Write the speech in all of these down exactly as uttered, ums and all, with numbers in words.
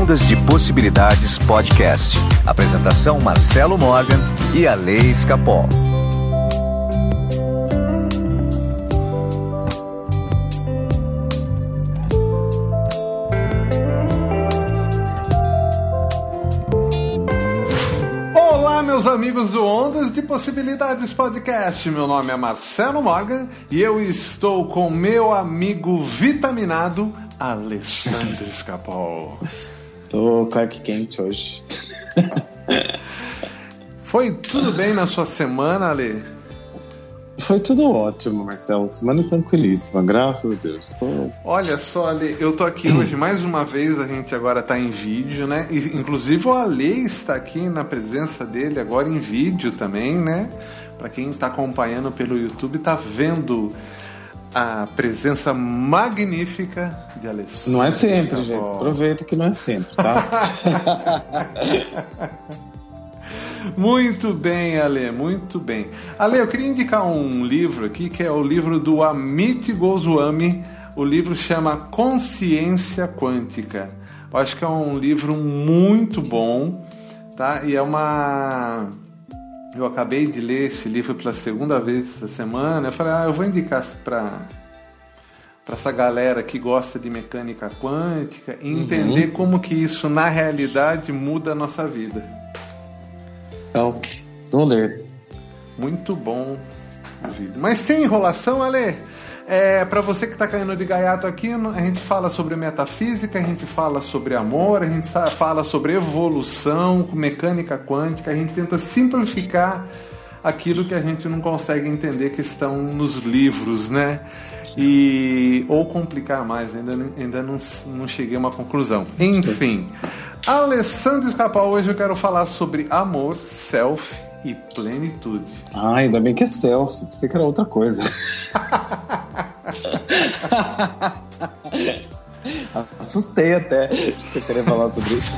Ondas de Possibilidades Podcast. Apresentação Marcelo Morgan e Ale Escapol. Olá, meus amigos do Ondas de Possibilidades Podcast. Meu nome é Marcelo Morgan e eu estou com meu amigo vitaminado Alessandro Escapol. Tô Clark Kent hoje. Foi tudo bem na sua semana, Ale? Foi tudo ótimo, Marcelo. Semana tranquilíssima, graças a Deus. Tô... Olha só, Ale, eu tô aqui hoje mais uma vez, a gente agora tá em vídeo, né? E, inclusive o Ale está aqui na presença dele agora em vídeo também, né? Para quem tá acompanhando pelo YouTube, tá vendo a presença magnífica de Alessandro. Não é sempre, gente. Aproveita que não é sempre, tá? Muito bem, Ale, muito bem. Ale, eu queria indicar um livro aqui, que é o livro do Amit Goswami. O livro chama Consciência Quântica. Eu acho que é um livro muito bom, tá? E é uma... Eu acabei de ler esse livro pela segunda vez essa semana. Eu falei, ah, eu vou indicar para para essa galera que gosta de mecânica quântica e entender uhum. como que isso, na realidade, muda a nossa vida. Então, vamos ler. Muito bom o vídeo. Mas sem enrolação, Ale, é, para você que está caindo de gaiato aqui, a gente fala sobre metafísica, a gente fala sobre amor, a gente fala sobre evolução, mecânica quântica, a gente tenta simplificar aquilo que a gente não consegue entender que estão nos livros, né? E, ou complicar mais, ainda, ainda não, não cheguei a uma conclusão. Enfim, Alessandro Escapol, hoje eu quero falar sobre amor, self e plenitude. Ah, ainda bem que é self, pensei que era outra coisa. Assustei até você querer falar sobre isso.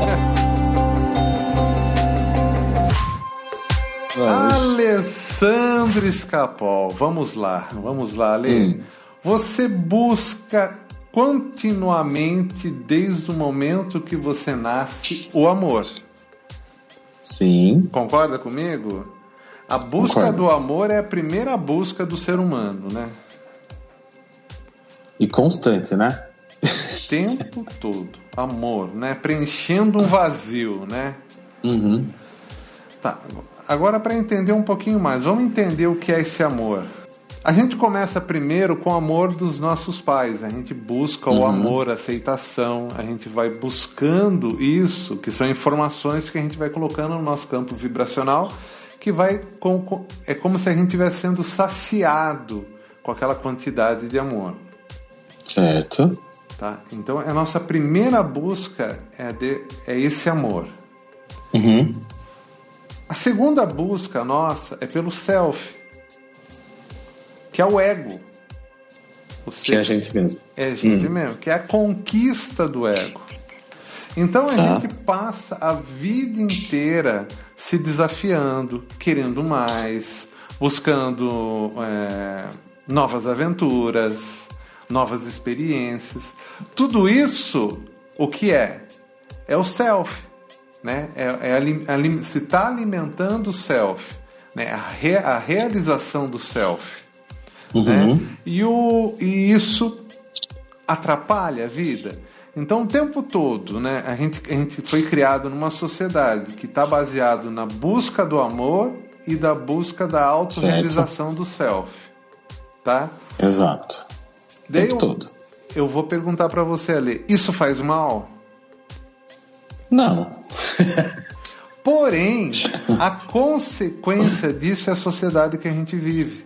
Alessandro Escapol, vamos lá, vamos lá, Ale. Hum. Você busca continuamente, desde o momento que você nasce, o amor. Sim. Concorda comigo? A busca Concordo. do amor é a primeira busca do ser humano, né? E constante, né? O tempo todo. Amor, né? Preenchendo um vazio, né? Uhum. Tá. Agora, para entender um pouquinho mais, vamos entender o que é esse amor. A gente começa primeiro com o amor dos nossos pais. A gente busca uhum. o amor, a aceitação. A gente vai buscando isso, que são informações que a gente vai colocando no nosso campo vibracional, que vai com, é como se a gente estivesse sendo saciado com aquela quantidade de amor. Certo. Tá? Então, a nossa primeira busca é, de, é esse amor. Uhum. A segunda busca nossa é pelo self, que é o ego. O ser, que é a gente mesmo. É a gente hum. mesmo, que é a conquista do ego. Então a tá. gente passa a vida inteira se desafiando, querendo mais, buscando é, novas aventuras, novas experiências. Tudo isso, o que é? É o self. Né? É, é, se está alimentando o self, né? a, re, a realização do self. Uhum. Né? E, o, e isso atrapalha a vida. Então, o tempo todo, né? a, gente, a gente foi criado numa sociedade que está baseado na busca do amor e da busca da autorrealização certo. do self. Tá? Exato. O Daí tempo eu, todo. Eu vou perguntar para você, Ale, isso faz mal? Não. Porém, a consequência disso é a sociedade que a gente vive.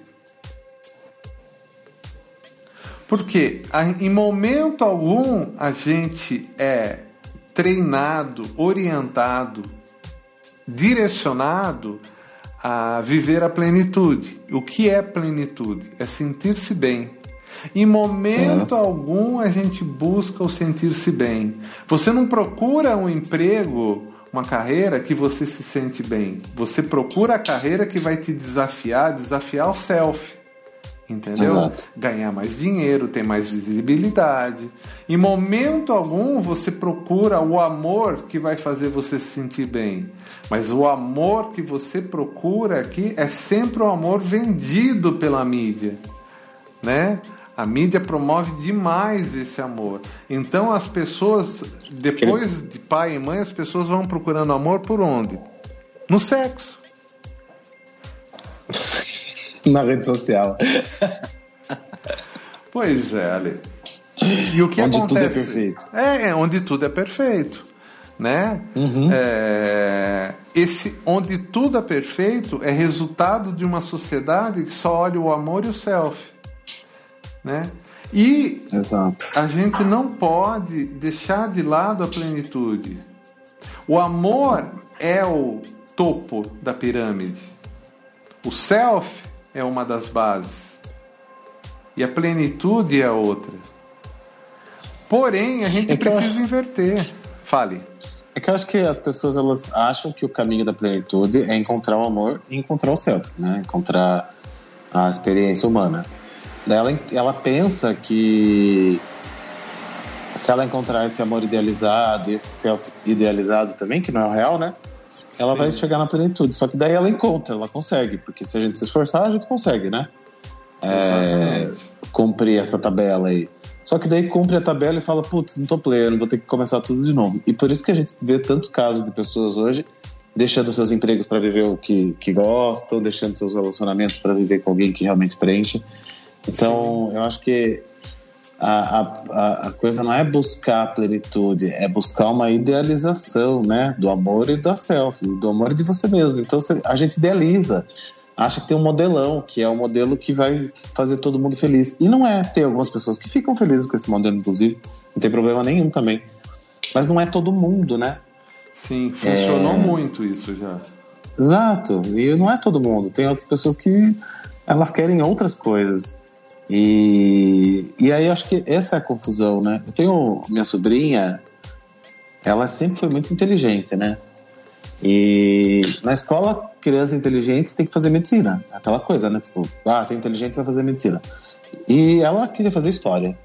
Porque em momento algum a gente é treinado, orientado, direcionado a viver a plenitude. O que é plenitude? É sentir-se bem. Em momento é. algum a gente busca o sentir-se bem. Você não procura um emprego, uma carreira que você se sente bem. Você procura a carreira que vai te desafiar, desafiar o self. Entendeu? Exato. Ganhar mais dinheiro, ter mais visibilidade. Em momento algum você procura o amor que vai fazer você se sentir bem. Mas o amor que você procura aqui é sempre o amor vendido pela mídia, né? A mídia promove demais esse amor. Então as pessoas, depois de pai e mãe, as pessoas vão procurando amor por onde? No sexo. Na rede social. Pois é, Ale. E o que onde acontece? Tudo é perfeito. É, é onde tudo é perfeito, né? Uhum. É, esse onde tudo é perfeito é resultado de uma sociedade que só olha o amor e o self, né? E Exato. a gente não pode deixar de lado a plenitude. O amor é o topo da pirâmide. O self é uma das bases. E a plenitude é a outra. Porém, a gente é precisa eu... inverter. Fale. É que eu acho que as pessoas elas acham que o caminho da plenitude é encontrar o amor e encontrar o self, né? Encontrar a experiência humana. Daí ela, ela pensa que se ela encontrar esse amor idealizado e esse self idealizado também, que não é o real, né? Ela Sim. vai chegar na plenitude. Só que daí ela encontra, ela consegue. Porque se a gente se esforçar, a gente consegue, né? É, cumprir essa tabela aí. Só que daí cumpre a tabela e fala, putz, não tô pleno, vou ter que começar tudo de novo. E por isso que a gente vê tantos casos de pessoas hoje deixando seus empregos para viver o que, que gostam, deixando seus relacionamentos para viver com alguém que realmente preenche. Então, Sim. eu acho que a, a, a coisa não é buscar a plenitude, é buscar uma idealização, né? Do amor e da self, do amor de você mesmo. Então, a gente idealiza, acha que tem um modelão, que é o modelo que vai fazer todo mundo feliz. E não é. Tem algumas pessoas que ficam felizes com esse modelo, inclusive. Não tem problema nenhum também. Mas não é todo mundo, né? Sim, funcionou é... muito isso já. Exato. E não é todo mundo. Tem outras pessoas que elas querem outras coisas. E, e aí eu acho que essa é a confusão, né? Eu tenho minha sobrinha, ela sempre foi muito inteligente, né? E na escola, criança inteligente tem que fazer medicina. Aquela coisa, né? Tipo, ah, você é inteligente, vai fazer medicina. E ela queria fazer história.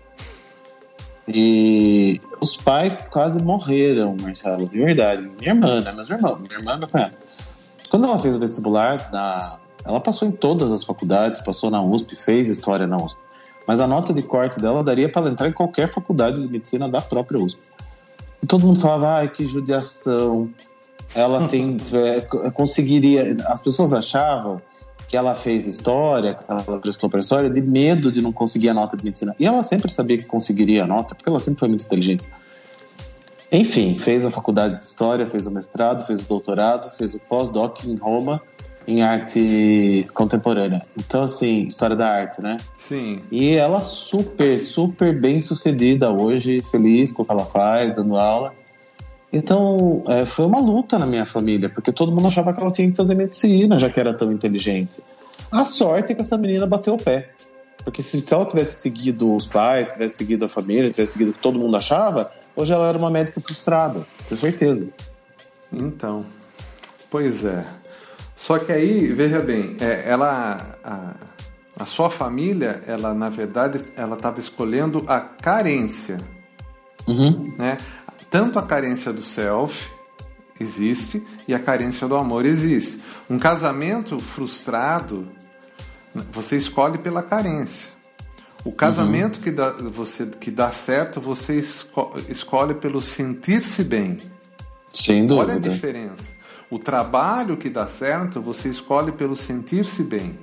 E os pais quase morreram, Marcelo, de verdade. Minha irmã, né? Meus irmãos, minha irmã, meu cunhado. Quando ela fez o vestibular, na... ela passou em todas as faculdades, passou na U S P, fez história na U S P. Mas a nota de corte dela daria para ela entrar em qualquer faculdade de medicina da própria U S P. E todo mundo falava, ai, que judiação. Ela tem, é, conseguiria... As pessoas achavam que ela fez história, que ela prestou para história, de medo de não conseguir a nota de medicina. E ela sempre sabia que conseguiria a nota, porque ela sempre foi muito inteligente. Enfim, fez a faculdade de história, fez o mestrado, fez o doutorado, fez o pós-doc em Roma, em arte contemporânea. Então, assim, história da arte, né? Sim. E ela super, super bem sucedida hoje, feliz com o que ela faz, dando aula. Então, é, foi uma luta na minha família, porque todo mundo achava que ela tinha que fazer medicina, já que era tão inteligente. A sorte é que essa menina bateu o pé. Porque se, se ela tivesse seguido os pais, tivesse seguido a família, tivesse seguido o que todo mundo achava, hoje ela era uma médica frustrada, tenho certeza. Então, pois é. Só que aí, veja bem, é, ela, a, a sua família, ela na verdade, ela estava escolhendo a carência, uhum. né? Tanto a carência do self existe e a carência do amor existe. Um casamento frustrado, você escolhe pela carência. O casamento uhum. que, dá, você, que dá certo, você esco, escolhe pelo sentir-se bem. Sem dúvida. Olha a diferença. O trabalho que dá certo, você escolhe pelo sentir-se bem.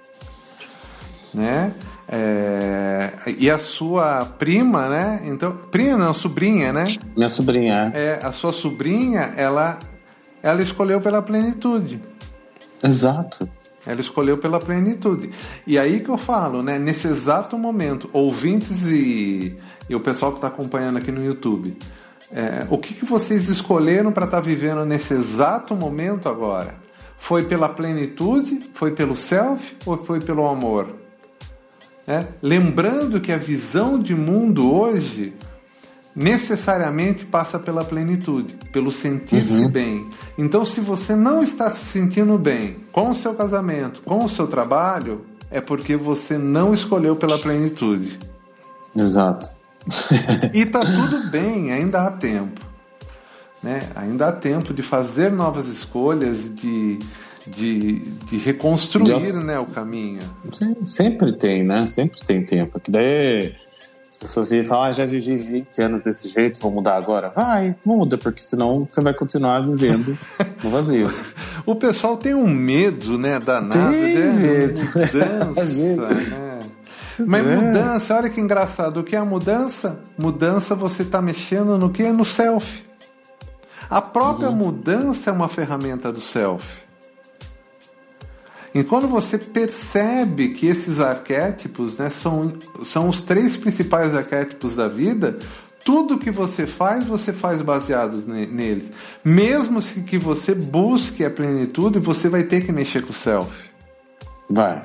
Né? É, e a sua prima, né? Então, prima não, sobrinha, né? Minha sobrinha. É, a sua sobrinha, ela, ela escolheu pela plenitude. Exato. Ela escolheu pela plenitude. E aí que eu falo, né? Nesse exato momento, ouvintes e, e o pessoal que está acompanhando aqui no YouTube, é, o que, que vocês escolheram para estar tá vivendo nesse exato momento agora? Foi pela plenitude? Foi pelo self? Ou foi pelo amor? É, lembrando que a visão de mundo hoje necessariamente passa pela plenitude, pelo sentir-se uhum. bem. Então, se você não está se sentindo bem com o seu casamento, com o seu trabalho, é porque você não escolheu pela plenitude. Exato. E tá tudo bem, ainda há tempo, né? Ainda há tempo de fazer novas escolhas, de, de, de reconstruir, de... né, o caminho. Sim, sempre tem, né? Sempre tem tempo. Que daí as pessoas vêm e falam, ah, já vivi vinte anos desse jeito, vou mudar agora. Vai, muda, porque senão você vai continuar vivendo no vazio. O pessoal tem um medo, né, danado, tem né? Medo. Mudança, né? Mas é. mudança, olha que engraçado. O que é a mudança? Mudança, você está mexendo no que? No self. A própria uhum. mudança é uma ferramenta do self. E quando você percebe que esses arquétipos, né, são, são os três principais arquétipos da vida, tudo que você faz, você faz baseado neles. Mesmo que você busque a plenitude, você vai ter que mexer com o self. Vai.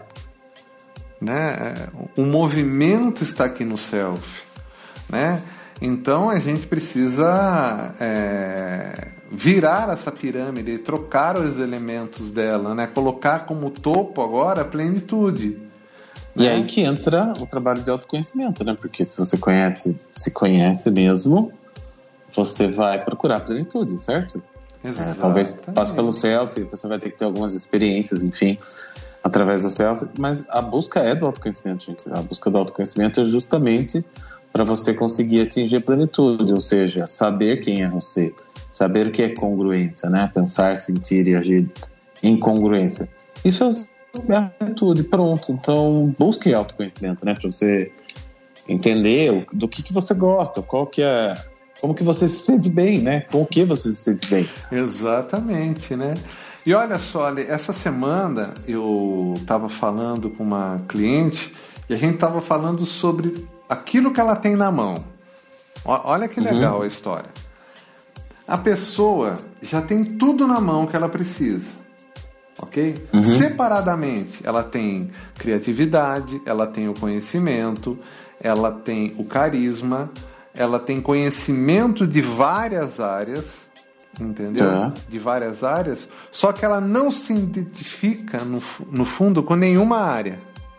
Né? O movimento está aqui no self, né? Então a gente precisa é, virar essa pirâmide, trocar os elementos dela, né? Colocar como topo agora a plenitude. E né? aí que entra o trabalho de autoconhecimento, né? Porque se você conhece, se conhece mesmo, você vai procurar a plenitude, certo? É, talvez passe pelo self, você vai ter que ter algumas experiências, enfim, através do self, mas a busca é do autoconhecimento, gente. A busca do autoconhecimento é justamente para você conseguir atingir a plenitude, ou seja, saber quem é você, saber o que é congruência, né? Pensar, sentir e agir em congruência. Isso é a plenitude, pronto. Então, busque autoconhecimento, né? Para você entender do que, que você gosta, qual que é, como que você se sente bem, né? Com o que você se sente bem. Exatamente, né? E olha só, essa semana eu estava falando com uma cliente e a gente estava falando sobre aquilo que ela tem na mão. Olha que legal uhum. a história. A pessoa já tem tudo na mão que ela precisa, ok? Uhum. Separadamente, ela tem criatividade, ela tem o conhecimento, ela tem o carisma, ela tem conhecimento de várias áreas, entendeu? Tá. De várias áreas, só que ela não se identifica no, no fundo com nenhuma área,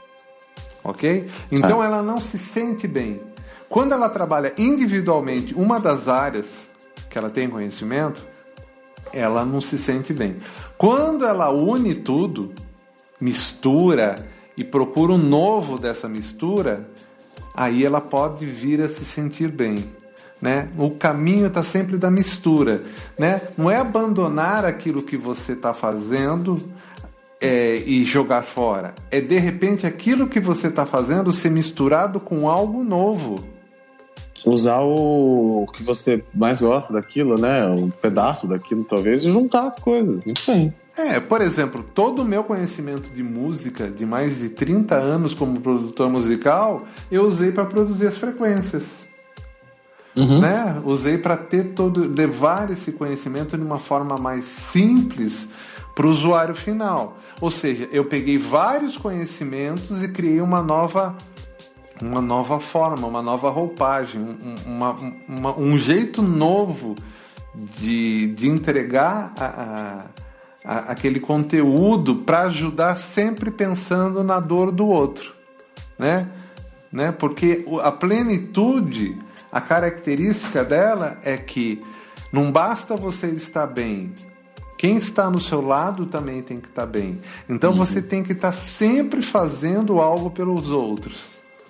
ok? Então tá. Ela não se sente bem. Quando ela trabalha individualmente uma das áreas que ela tem conhecimento, ela não se sente bem. Quando ela une tudo, mistura e procura um novo dessa mistura, aí ela pode vir a se sentir bem. Né? O caminho está sempre da mistura, né? Não é abandonar aquilo que você está fazendo é, e jogar fora. É de repente aquilo que você está fazendo ser misturado com algo novo. Usar o que você mais gosta daquilo, né? Um pedaço daquilo, talvez, e juntar as coisas. Muito bem. É, por exemplo, todo o meu conhecimento de música de mais de trinta anos como produtor musical, eu usei para produzir as frequências. Uhum. Né? Usei para ter todo, levar esse conhecimento de uma forma mais simples para o usuário final. Ou seja, eu peguei vários conhecimentos e criei uma nova, uma nova forma, uma nova roupagem, um, uma, uma, um jeito novo de, de entregar a, a, a, aquele conteúdo para ajudar sempre pensando na dor do outro, né? Né? Porque a plenitude, a característica dela é que não basta você estar bem, quem está no seu lado também tem que estar bem. Então uhum. você tem que estar sempre fazendo algo pelos outros.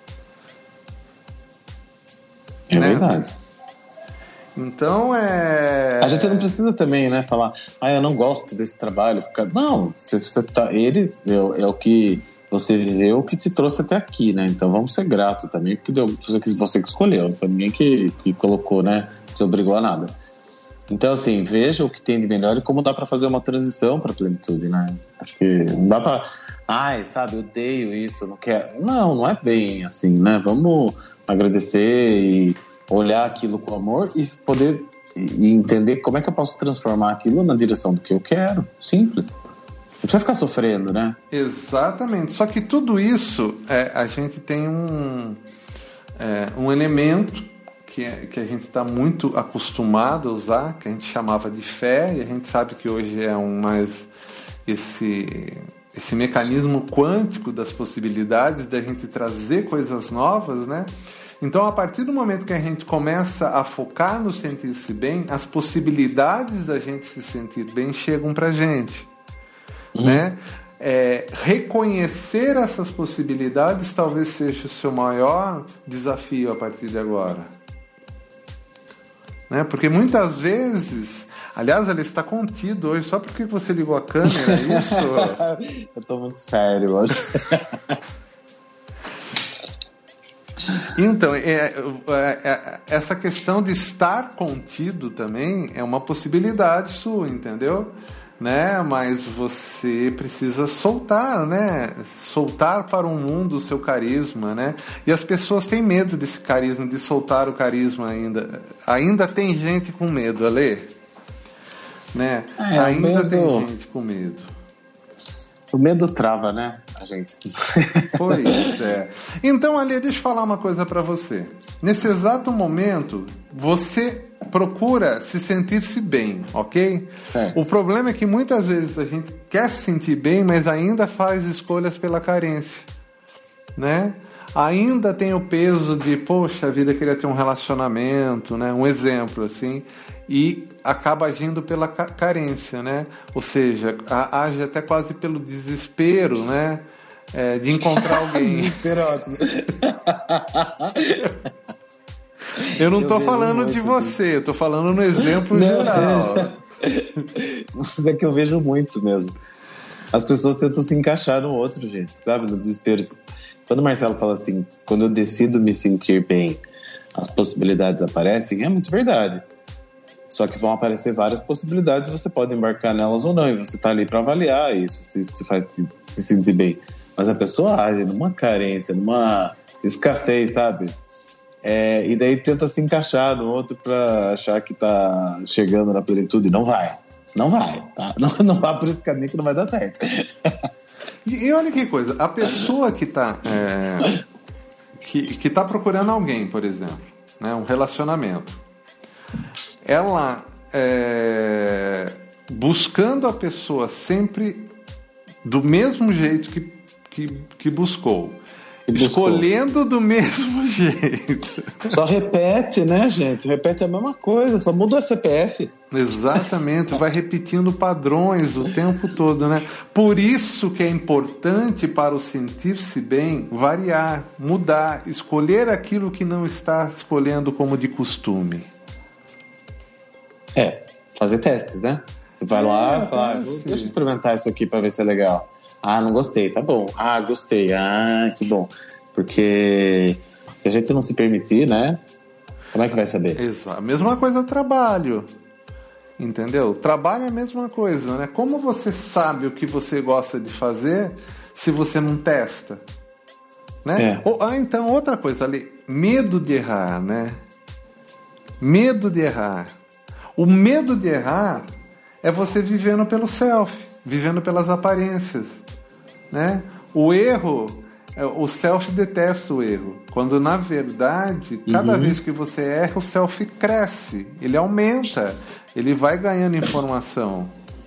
É né? verdade. Então é... A gente não precisa também, né, falar, ah, eu não gosto desse trabalho. Ficar... Não, você, você tá... ele é, é o que... Você viveu o que te trouxe até aqui, né? Então vamos ser gratos também, porque deu, você que escolheu, não foi ninguém que, que colocou, né? Te obrigou a nada. Então, assim, veja o que tem de melhor e como dá pra fazer uma transição pra plenitude, né? Acho que não dá pra... Ai, sabe, eu odeio isso, não quero... Não, não é bem assim, né? Vamos agradecer e olhar aquilo com amor e poder e entender como é que eu posso transformar aquilo na direção do que eu quero. Simples. Não precisa ficar sofrendo, né? Exatamente. Só que tudo isso, é, a gente tem um, é, um elemento que, é, que a gente está muito acostumado a usar, que a gente chamava de fé, e a gente sabe que hoje é um mais esse, esse mecanismo quântico das possibilidades da gente trazer coisas novas, né? Então, a partir do momento que a gente começa a focar no sentir-se bem, as possibilidades da gente se sentir bem chegam pra gente, uhum. né? É, reconhecer essas possibilidades talvez seja o seu maior desafio a partir de agora. Né? Porque muitas vezes, aliás, ele está contido hoje, só porque você ligou a câmera, é isso? Eu tô muito sério hoje. Então, é, é, é, essa questão de estar contido também é uma possibilidade sua, entendeu? Né? Mas você precisa soltar, né? Soltar para o mundo o seu carisma, né? E as pessoas têm medo desse carisma, de soltar o carisma ainda. Ainda tem gente com medo, Alê? Né? É, ainda medo... tem gente com medo. O medo trava, né, a gente? Pois é. Então, Alê, deixa eu falar uma coisa para você. Nesse exato momento, você procura se sentir-se bem, ok? É. O problema é que muitas vezes a gente quer se sentir bem, mas ainda faz escolhas pela carência, né? Ainda tem o peso de, poxa, a vida queria ter um relacionamento, né? Um exemplo, assim, e acaba agindo pela ca- carência, né? Ou seja, a, age até quase pelo desespero, né? É, de encontrar alguém. Desespero, ótimo. Eu não eu tô falando de você, eu tô falando no exemplo não, geral. Mas é que eu vejo muito mesmo. As pessoas tentam se encaixar no outro, gente, sabe? No desespero. Quando o Marcelo fala assim, quando eu decido me sentir bem, as possibilidades aparecem, é muito verdade. Só que vão aparecer várias possibilidades, você pode embarcar nelas ou não, e você tá ali para avaliar isso, se isso te faz se, se sentir bem. Mas a pessoa age numa carência, numa escassez, sabe? É, e daí tenta se encaixar no outro para achar que tá chegando na plenitude. Não vai, não vai, tá? Não, não vá por esse caminho que não vai dar certo. E, e olha que coisa, a pessoa que tá, é, que, que tá procurando alguém, por exemplo, né, um relacionamento, ela é, buscando a pessoa sempre do mesmo jeito que, que, que buscou, escolhendo do mesmo jeito. Só repete, né, gente? Repete a mesma coisa, só muda o C P F. Exatamente, vai repetindo padrões o tempo todo, né? Por isso que é importante para o sentir-se bem variar, mudar, escolher aquilo que não está escolhendo como de costume. É, fazer testes, né? Você vai é, lá e fala, ah, deixa eu experimentar isso aqui para ver se é legal. Ah, não gostei, tá bom. Ah, gostei. Ah, que bom. Porque se a gente não se permitir, né? Como é que vai saber? Exato. A mesma coisa trabalho. Entendeu? Trabalho é a mesma coisa, né? Como você sabe o que você gosta de fazer se você não testa? Né? É. Ou, ah, então, outra coisa ali. Medo de errar, né? Medo de errar. O medo de errar é você vivendo pelo self, vivendo pelas aparências, né? O erro, o self detesta o erro, quando na verdade, cada uhum. vez que você erra, o self cresce, ele aumenta, ele vai ganhando informação.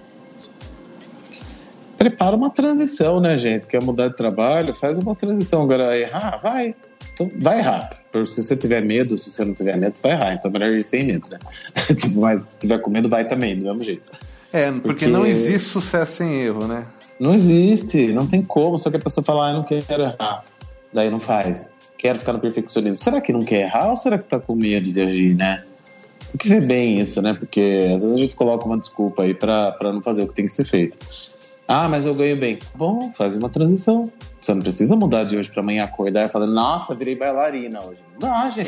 Prepara uma transição, né, gente? Quer mudar de trabalho? Faz uma transição. Agora, errar? Vai. Então, vai errar. Se você tiver medo, se você não tiver medo, você vai errar. Então é melhor ir sem medo, né? Mas se tiver com medo, vai também, do mesmo jeito. É, porque, porque não existe sucesso sem erro, né? Não existe, não tem como. Só que a pessoa fala, ah, eu não quero errar. Daí não faz. Quero ficar no perfeccionismo. Será que não quer errar ou será que tá com medo de agir, né? Tem que ver bem isso, né? Porque às vezes a gente coloca uma desculpa aí pra, pra não fazer o que tem que ser feito. Ah, mas eu ganho bem. Bom, faz uma transição. Você não precisa mudar de hoje pra amanhã, acordar e falar, nossa, virei bailarina hoje. Não, gente.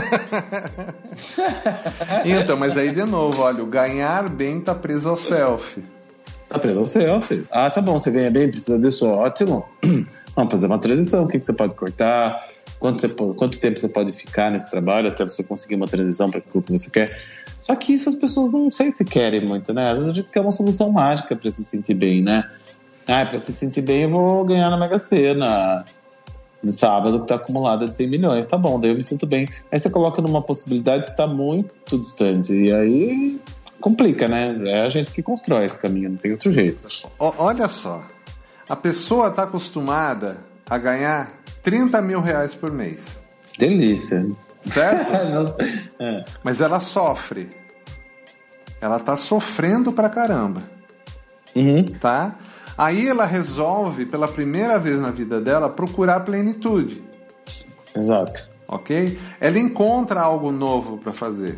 Então, mas aí de novo, olha, o ganhar bem tá preso ao self. Tá preso ao self. Ah, tá bom, você ganha bem, precisa disso, ótimo. Vamos fazer uma transição. O que, que você pode cortar? Quanto, você, quanto tempo você pode ficar nesse trabalho até você conseguir uma transição para aquilo que você quer? Só que isso as pessoas não sei se querem muito, né? Às vezes a gente quer uma solução mágica para se sentir bem, né? Ah, para se sentir bem eu vou ganhar na Mega Sena no sábado que tá acumulada de cem milhões. Tá bom, daí eu me sinto bem. Aí você coloca numa possibilidade que tá muito distante. E aí complica, né? É a gente que constrói esse caminho, não tem outro jeito. O, olha só. A pessoa está acostumada a ganhar trinta mil reais por mês. Delícia. Certo? é. Mas ela sofre. Ela está sofrendo pra caramba. Uhum. Tá? Aí ela resolve, pela primeira vez na vida dela, procurar plenitude. Exato. Ok? Ela encontra algo novo para fazer.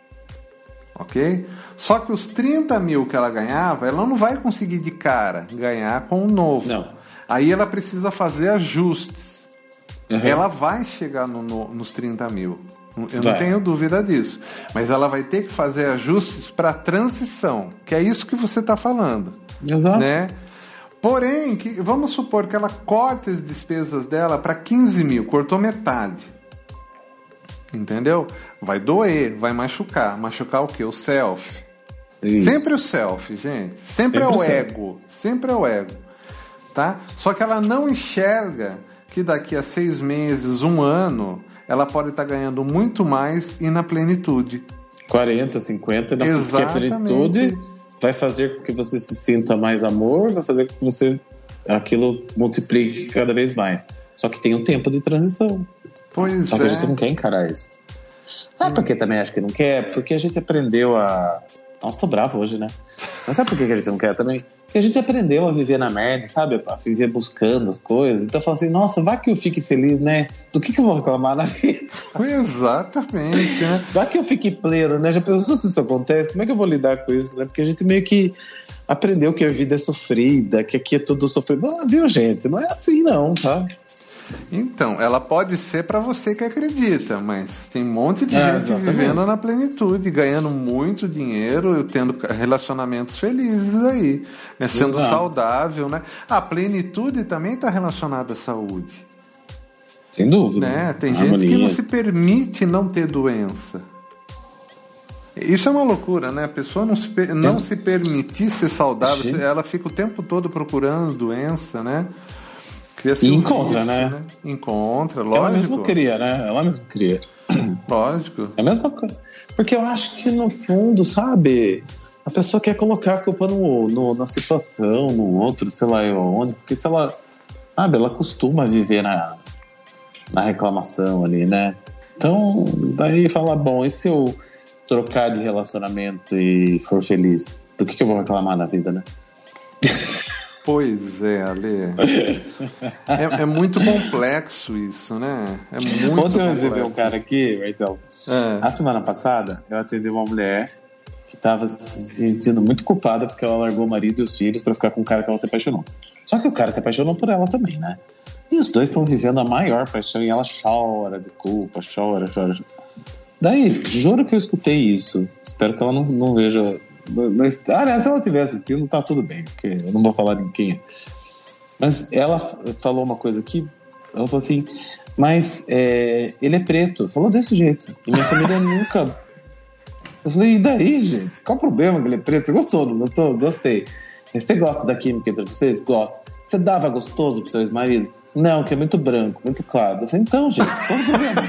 Ok? Só que os trinta mil que ela ganhava, ela não vai conseguir de cara ganhar com o novo. Não. Aí ela precisa fazer ajustes. Uhum. Ela vai chegar no, no, nos trinta mil. Eu vai. não tenho dúvida disso. Mas ela vai ter que fazer ajustes para a transição, que é isso que você está falando. Exato. Né? Porém, que, vamos supor que ela corta as despesas dela para quinze mil, cortou metade. Entendeu? Vai doer, vai machucar. Machucar o quê? O self. Isso. Sempre o self, gente. Sempre, Sempre é o, o ego. Sempre é o ego. Tá? Só que ela não enxerga que daqui a seis meses, um ano, ela pode estar ganhando muito mais e na plenitude. quarenta, cinquenta, na Exatamente. Plenitude vai fazer com que você se sinta mais amor, vai fazer com que você aquilo multiplique cada vez mais. Só que tem um tempo de transição. Pois Só é. que a gente não quer encarar isso. Sabe por que também acho que não quer? Porque a gente aprendeu a... Nossa, tô bravo hoje, né? Mas sabe por que a gente não quer também? Porque a gente aprendeu a viver na merda, sabe? A viver buscando as coisas. Então fala assim, nossa, vai que eu fique feliz, né? Do que que eu vou reclamar na vida? Exatamente, né? Vai que eu fique pleiro, né? Já pensou se isso acontece? Como é que eu vou lidar com isso, né? Porque a gente meio que aprendeu que a vida é sofrida, que aqui é tudo sofrido. Não, viu, gente? Não é assim não, tá? Então, ela pode ser para você que acredita, mas tem um monte de É, gente exatamente. vivendo na plenitude, ganhando muito dinheiro, tendo relacionamentos felizes aí, né? Sendo Exato. saudável, né? A plenitude também está relacionada à saúde. Sem dúvida. Né? Tem Harmonia. gente que não se permite não ter doença. Isso é uma loucura, né? A pessoa não se, per- não se permitir ser saudável, Gente. ela fica o tempo todo procurando doença, né? E encontra, né? Encontra, lógico. Ela mesmo cria, né? Ela mesmo cria. Lógico. É a mesma coisa. Porque eu acho que no fundo, sabe, a pessoa quer colocar a culpa no, no, na situação, no outro, sei lá eu onde, porque se ela, sabe, ela costuma viver na, na reclamação ali, né? Então, daí fala, bom, e se eu trocar de relacionamento e for feliz? Do que, que eu vou reclamar na vida, né? Pois é, Ale. É, é muito complexo isso, né? É muito Ontem eu recebi complexo. um cara aqui, Marcelo. É. A semana passada, eu atendi uma mulher que estava se sentindo muito culpada porque ela largou o marido e os filhos para ficar com um cara que ela se apaixonou. Só que o cara se apaixonou por ela também, né? E os dois estão vivendo a maior paixão e ela chora de culpa, chora, chora. Daí, juro que eu escutei isso. Espero que ela não, não veja... Mas, aliás, se ela estiver assistindo, tá tudo bem, porque eu não vou falar de quem é. Mas ela falou uma coisa aqui, ela falou assim, mas é, ele é preto, falou desse jeito, e minha família nunca... Eu falei, e daí, gente? Qual o problema que ele é preto? Você gostou, não gostou? Gostei. Você gosta da química entre vocês? Gosto. Você dava gostoso pro seu ex-marido? Não, que é muito branco, muito claro. Eu falei, então, gente, qual o problema?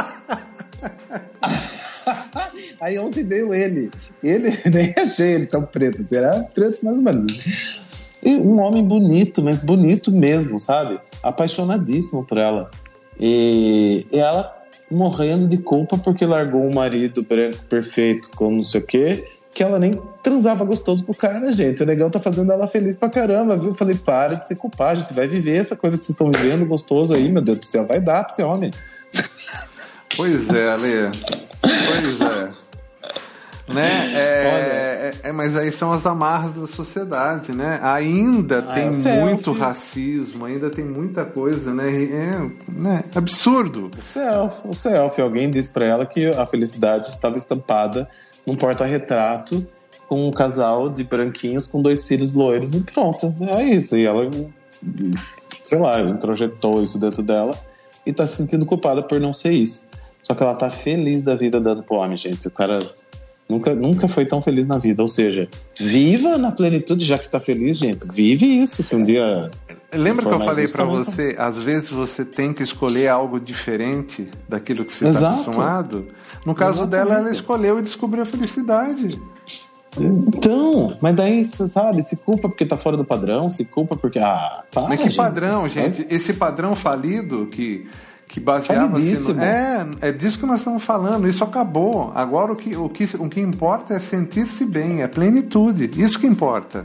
Aí ontem veio ele. Ele, nem achei ele tão preto. Será preto mais ou menos. E um homem bonito, mas bonito mesmo, sabe? Apaixonadíssimo por ela. E, e ela morrendo de culpa porque largou um marido branco perfeito com não sei o quê, que ela nem transava gostoso pro cara, gente. O negão tá fazendo ela feliz pra caramba, viu? Eu falei, para de se culpar, a gente vai viver essa coisa que vocês estão vivendo gostoso aí, meu Deus do céu, vai dar pra esse homem. Pois é, Ale. Pois é. Né? É, é, é, mas aí são as amarras da sociedade, né? Ainda Ah, tem é o selfie. muito racismo, ainda tem muita coisa, né? É, né? Absurdo. O selfie, o selfie. Alguém disse pra ela que a felicidade estava estampada num porta-retrato com um casal de branquinhos com dois filhos loiros e pronto, é isso. E ela, sei lá, introjetou isso dentro dela e tá se sentindo culpada por não ser isso. Só que ela tá feliz da vida dando pro homem, gente. O cara nunca, nunca foi tão feliz na vida. Ou seja, viva na plenitude, já que tá feliz, gente. Vive isso, se um dia... Lembra que eu falei isso pra também, você, às vezes você tem que escolher algo diferente daquilo que você está Exato. acostumado? No caso Exatamente. dela, ela escolheu e descobriu a felicidade. Então, mas daí, sabe, se culpa porque tá fora do padrão, se culpa porque... Ah, tá, mas que gente, padrão, gente? É... Esse padrão falido que, que baseava-se no... É, é disso que nós estamos falando, isso acabou. Agora o que, o que, o que importa é sentir-se bem, é plenitude, isso que importa.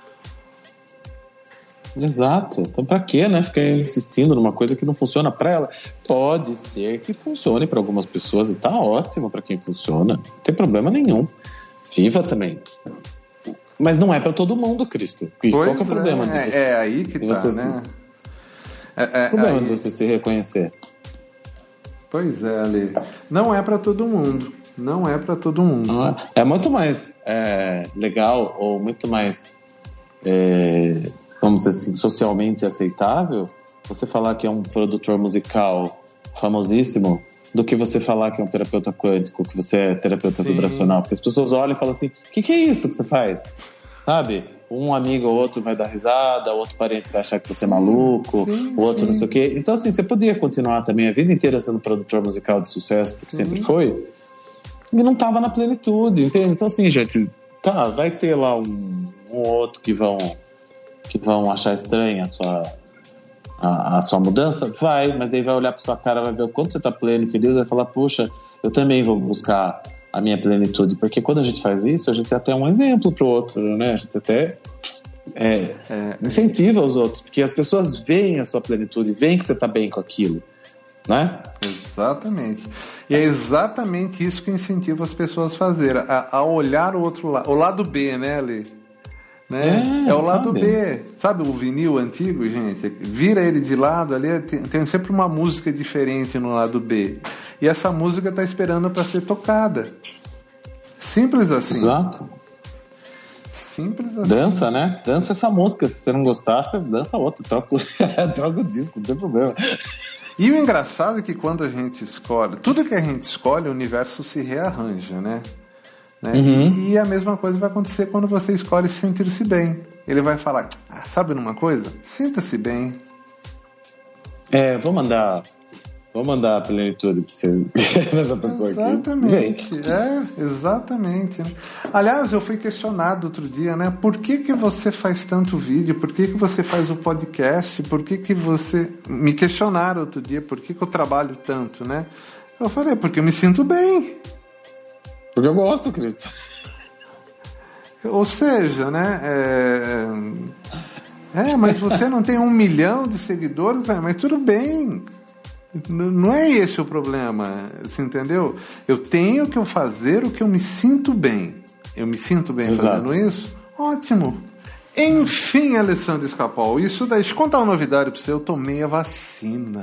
Exato. Então pra que, né, ficar insistindo numa coisa que não funciona pra ela? Pode ser que funcione pra algumas pessoas e tá ótimo pra quem funciona, não tem problema nenhum. Viva também. Mas não é pra todo mundo, Cristo. Pois Qual que é o problema é, disso? É aí que tá, você né? Se... É, é, o problema aí... de você se reconhecer. Pois é, Ale. Não é pra todo mundo. Não é pra todo mundo. Não é. É muito mais é, legal ou muito mais... É... vamos dizer assim, socialmente aceitável, você falar que é um produtor musical famosíssimo, do que você falar que é um terapeuta quântico, que você é terapeuta Sim. vibracional. Porque as pessoas olham e falam assim, o que, que é isso que você faz? Sabe? Um amigo ou outro vai dar risada, o outro parente vai achar que você é maluco, sim, o outro sim. não sei o quê. Então, assim, você podia continuar também a vida inteira sendo produtor musical de sucesso, porque sim. sempre foi, e não tava na plenitude, entende? Então, assim, gente, tá, vai ter lá um, um outro que vão... que vão achar estranha a sua, a, a sua mudança, vai, mas daí vai olhar pra sua cara, vai ver o quanto você tá pleno e feliz, vai falar, puxa, eu também vou buscar a minha plenitude, porque quando a gente faz isso, a gente até é um exemplo pro outro, né? A gente até é, é, incentiva os outros, porque as pessoas veem a sua plenitude, veem que você tá bem com aquilo, né? Exatamente. E é exatamente isso que incentiva as pessoas a fazer, a, a olhar o outro lado, o lado B, né, Ali? Né? É, é o lado sabe. B. Sabe o vinil antigo, gente? Vira ele de lado ali, tem, tem sempre uma música diferente no lado B. E essa música está esperando para ser tocada. Simples assim. Exato. Simples assim. Dança, né? Dança essa música. Se você não gostar, você dança outra. Troca, troca o disco, não tem problema. E o engraçado é que quando a gente escolhe, tudo que a gente escolhe, o universo se rearranja, né? Né? Uhum. E, e a mesma coisa vai acontecer quando você escolhe sentir-se bem. Ele vai falar, ah, sabe numa coisa? Sinta-se bem. É, vou mandar Vou mandar a plenitude pra você, essa pessoa exatamente, aqui. Exatamente, é, exatamente. Né? Aliás, eu fui questionado outro dia, né? Por que que você faz tanto vídeo? Por que que você faz o podcast? Por que que você... Me questionaram outro dia, por que que eu trabalho tanto, né? Eu falei, porque eu me sinto bem. Porque eu gosto, Cristo. Ou seja, né? É, é mas você não tem um milhão de seguidores, mas tudo bem. Não é esse o problema, você entendeu? Eu tenho que fazer o que eu me sinto bem. Eu me sinto bem Exato. Fazendo isso? Ótimo. Enfim, Alessandro Escapol, isso daí, deixa eu contar uma novidade pra você. Eu tomei a vacina.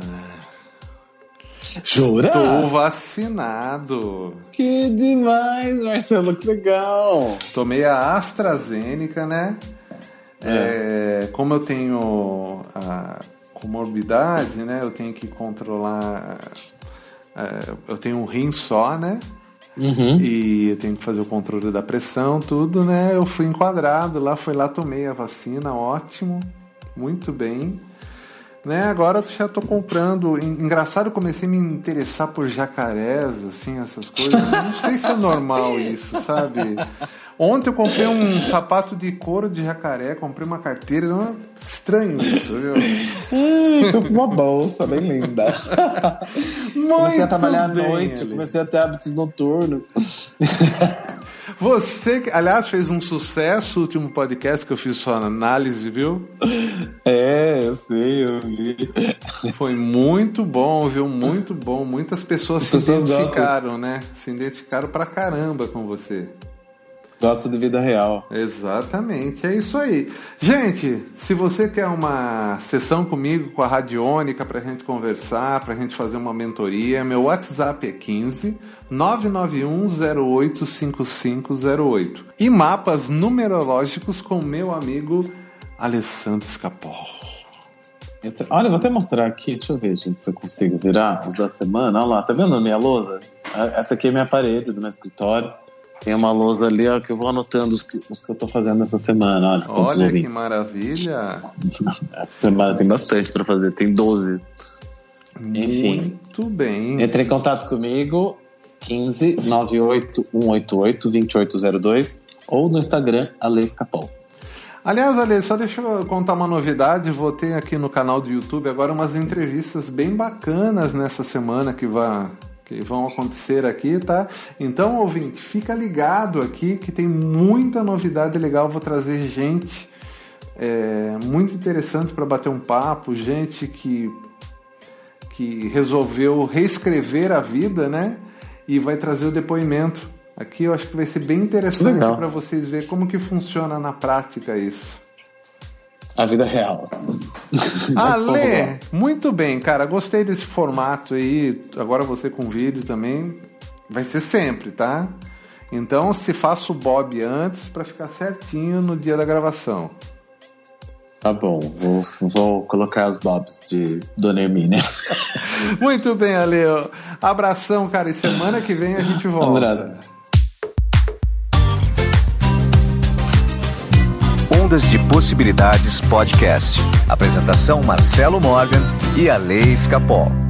Jura? Estou vacinado. Que demais, Marcelo, que legal. Tomei a AstraZeneca, né? É. É, como eu tenho a comorbidade, né? Eu tenho que controlar... É, eu tenho um rim só, né? Uhum. E eu tenho que fazer o controle da pressão, tudo, né? Eu fui enquadrado lá, fui lá, tomei a vacina, ótimo, muito bem. Né, agora eu já tô comprando. Engraçado, eu comecei a me interessar por jacarés, assim, essas coisas. Eu não sei se é normal isso, sabe? Ontem eu comprei um sapato de couro de jacaré, comprei uma carteira. Não é estranho isso, viu? Hum, tô com uma bolsa bem linda. Muito comecei a trabalhar bem, à noite, ali. Comecei a ter hábitos noturnos. Você, aliás, fez um sucesso o último podcast que eu fiz sua análise, viu? É, eu sei, eu vi. Foi muito bom, viu? Muito bom. Muitas pessoas As se pessoas identificaram, gostam. Né? Se identificaram pra caramba com você. Gosto de vida real. Exatamente, é isso aí. Gente, se você quer uma sessão comigo, com a Radiônica, pra gente conversar, pra gente fazer uma mentoria, meu WhatsApp é quinze, nove nove um zero oito cinco cinco zero oito. E mapas numerológicos com meu amigo Alessandro Escapol. Olha, eu vou até mostrar aqui, deixa eu ver, gente, se eu consigo virar os da semana. Olha lá, tá vendo a minha lousa? Essa aqui é minha parede do meu escritório. Tem uma lousa ali, ó, que eu vou anotando os que, os que eu tô fazendo essa semana. Olha, olha que maravilha! Essa semana tem bastante pra fazer, tem doze. Enfim. Muito bem. Entre em contato comigo, quinze, nove oito um oito oito, dois oito zero dois. ou no Instagram, Ale Escapol. Aliás, Ale, só deixa eu contar uma novidade. Vou ter aqui no canal do YouTube agora umas entrevistas bem bacanas nessa semana que, vai, que vão acontecer aqui, tá? Então, ouvinte, fica ligado aqui que tem muita novidade legal. Vou trazer gente é, muito interessante para bater um papo, gente que, que resolveu reescrever a vida, né? E vai trazer o depoimento. Aqui eu acho que vai ser bem interessante para vocês verem como que funciona na prática isso. A vida real. Ale, muito bem, cara. Gostei desse formato aí. Agora você com vídeo também. Vai ser sempre, tá? Então se faça o Bob antes para ficar certinho no dia da gravação. Tá bom, vou, vou colocar os bobs de Dona Hermínia. Muito bem, Ale. Abração, cara. E semana que vem a gente volta. Obrigado. Ondas de Possibilidades Podcast. Apresentação Marcelo Morgan e Ale Escapol.